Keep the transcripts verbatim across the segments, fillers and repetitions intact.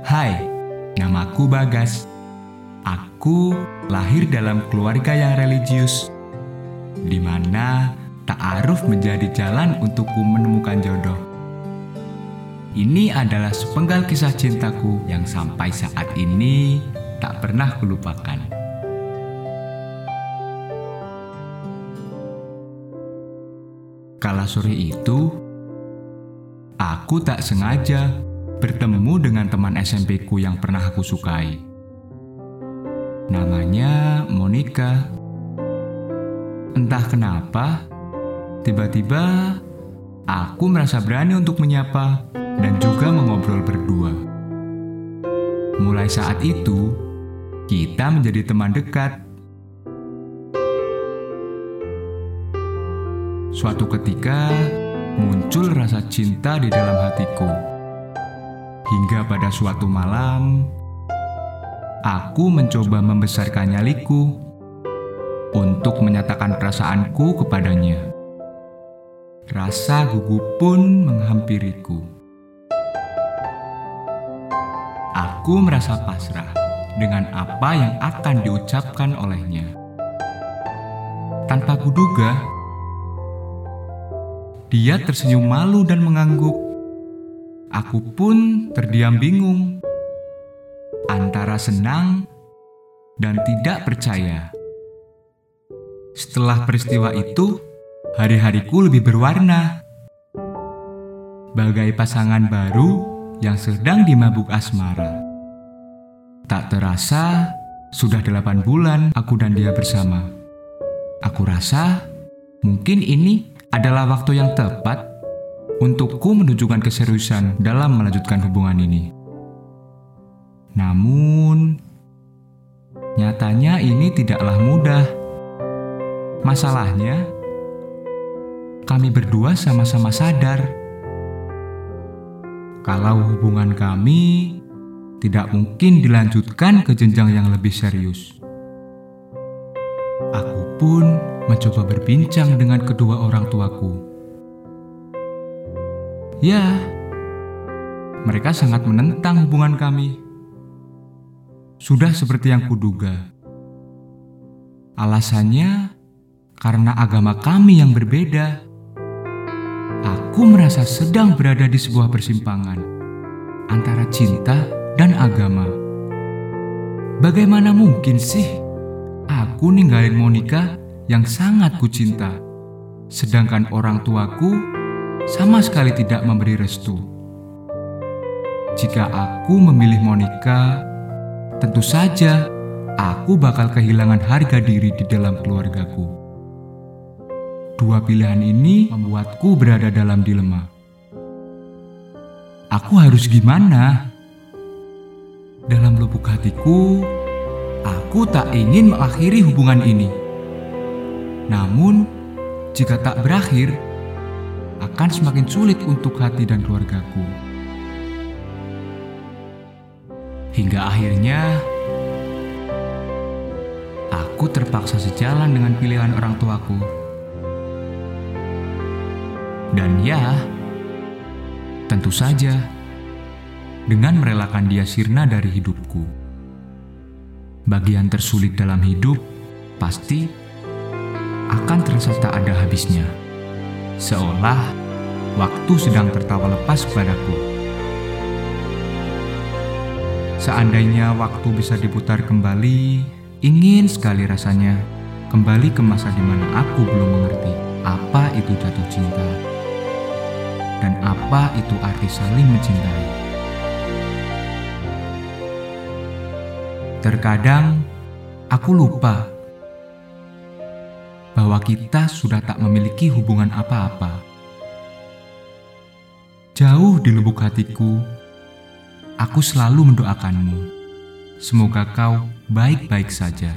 Hai, namaku Bagas. Aku lahir dalam keluarga yang religius, di mana ta'aruf menjadi jalan untukku menemukan jodoh. Ini adalah sepenggal kisah cintaku yang sampai saat ini tak pernah kulupakan. Kala sore itu, aku tak sengaja bertemu dengan teman S M P ku yang pernah aku sukai. Namanya Monica. Entah kenapa, tiba-tiba aku merasa berani untuk menyapa dan juga mengobrol berdua. Mulai saat itu, kita menjadi teman dekat. Suatu ketika, muncul rasa cinta di dalam hatiku. Hingga pada suatu malam, aku mencoba membesarkan nyaliku untuk menyatakan perasaanku kepadanya. Rasa gugup pun menghampiriku. Aku merasa pasrah dengan apa yang akan diucapkan olehnya. Tanpa kuduga, dia tersenyum malu dan mengangguk. Aku pun terdiam bingung, antara senang dan tidak percaya. Setelah peristiwa itu, hari-hariku lebih berwarna. Bagai pasangan baru yang sedang dimabuk asmara. Tak terasa, sudah delapan bulan aku dan dia bersama. Aku rasa mungkin ini adalah waktu yang tepat untukku menunjukkan keseriusan dalam melanjutkan hubungan ini. Namun, nyatanya ini tidaklah mudah. Masalahnya, kami berdua sama-sama sadar kalau hubungan kami tidak mungkin dilanjutkan ke jenjang yang lebih serius. Aku pun mencoba berbincang dengan kedua orang tuaku. Ya, mereka sangat menentang hubungan kami. Sudah seperti yang kuduga. Alasannya karena agama kami yang berbeda. Aku merasa sedang berada di sebuah persimpangan antara cinta dan agama. Bagaimana mungkin sih aku ninggalin Monica yang sangat kucinta, sedangkan orang tuaku sama sekali tidak memberi restu. Jika aku memilih Monica, tentu saja aku bakal kehilangan harga diri di dalam keluargaku. Dua pilihan ini membuatku berada dalam dilema. Aku harus gimana? Dalam lubuk hatiku, aku tak ingin mengakhiri hubungan ini. Namun, jika tak berakhir, akan semakin sulit untuk hati dan keluargaku. Hingga akhirnya, aku terpaksa sejalan dengan pilihan orang tuaku. Dan ya, tentu saja, dengan merelakan dia sirna dari hidupku. Bagian tersulit dalam hidup pasti akan terasa tak ada habisnya. Seolah waktu sedang tertawa lepas padaku. Seandainya waktu bisa diputar kembali, ingin sekali rasanya kembali ke masa di mana aku belum mengerti apa itu jatuh cinta dan apa itu arti saling mencintai. Terkadang aku lupa bahwa kita sudah tak memiliki hubungan apa-apa. Jauh di lubuk hatiku, aku selalu mendoakanmu. Semoga kau baik-baik saja.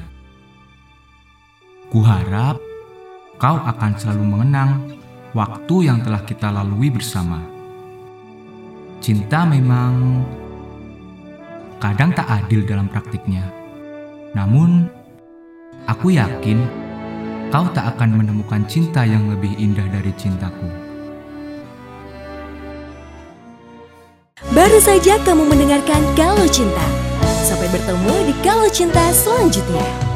Kuharap kau akan selalu mengenang waktu yang telah kita lalui bersama. Cinta memang kadang tak adil dalam praktiknya. Namun, aku yakin kau tak akan menemukan cinta yang lebih indah dari cintaku. Baru saja kamu mendengarkan Kalau Cinta. Sampai bertemu di Kalau Cinta selanjutnya.